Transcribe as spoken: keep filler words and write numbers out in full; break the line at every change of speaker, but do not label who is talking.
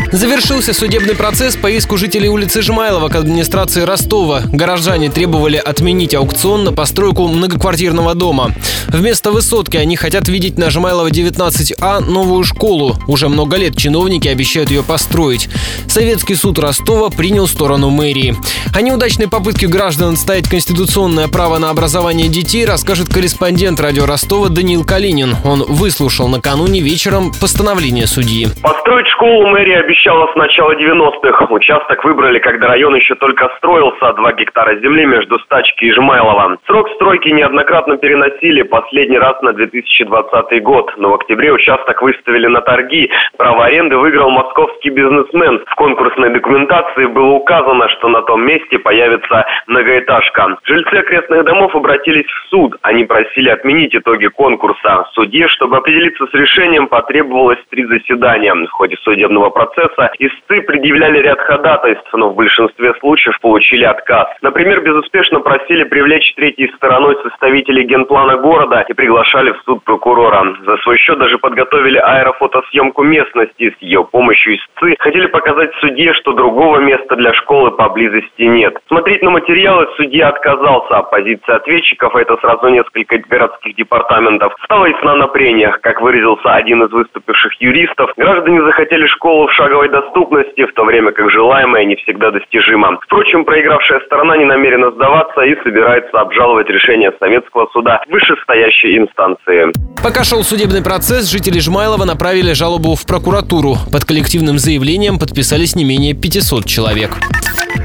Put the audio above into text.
Завершился судебный процесс по иску жителей улицы Жмайлова к администрации Ростова. Горожане требовали отменить аукцион на постройку многоквартирного дома. Вместо высотки они хотят видеть на Жмайлова девятнадцать А новую школу. Уже много лет чиновники обещают ее построить. Советский суд Ростова принял сторону мэрии. О неудачной попытке граждан отстоять конституционное право на образование детей расскажет корреспондент радио Ростова Даниил Калинин. Он выслушал накануне вечером постановление судьи.
Построить школу мэрия обещала с начала девяностых. Участок выбрали, когда район еще только строился, два гектара земли между Стачки и Жмайлова. Срок стройки неоднократно переносили, последний раз на две тысячи двадцатый год. Но в октябре участок выставили на торги. Право аренды выиграл московский бизнесмен. В конкурсной документации было указано, что на том месте появится многоэтажка. Жильцы окрестных домов обратились в суд. Они просили отменить итоги конкурса. Судье, чтобы определиться с решением, потребовалось три заседания. В ходе судебного процесса истцы предъявляли ряд ходатайств, но в большинстве случаев получили отказ. Например, безуспешно просили привлечь третьей стороной составителей генплана города и приглашали в суд прокурора. За свой счет даже подготовили аэрофотосъемку местности. С ее помощью истцы хотели показать судье, что другого места для школы поблизости нет. Смотреть на материалы судья отказался. Позиция ответчиков, а это сразу несколько городских департаментов, стала ясна на прениях. Как выразился один из выступивших юристов, граждане захотели школу в шаговой доступности, в то время как желаемое не всегда достижимо. Впрочем, проигравшая сторона не намерена сдаваться и собирается обжаловать решение советского суда вышестоящей инстанции.
Пока шел судебный процесс, жители Жмайлова направили жалобу в прокуратуру. Под коллективным заявлением подписались не менее пятисот человек.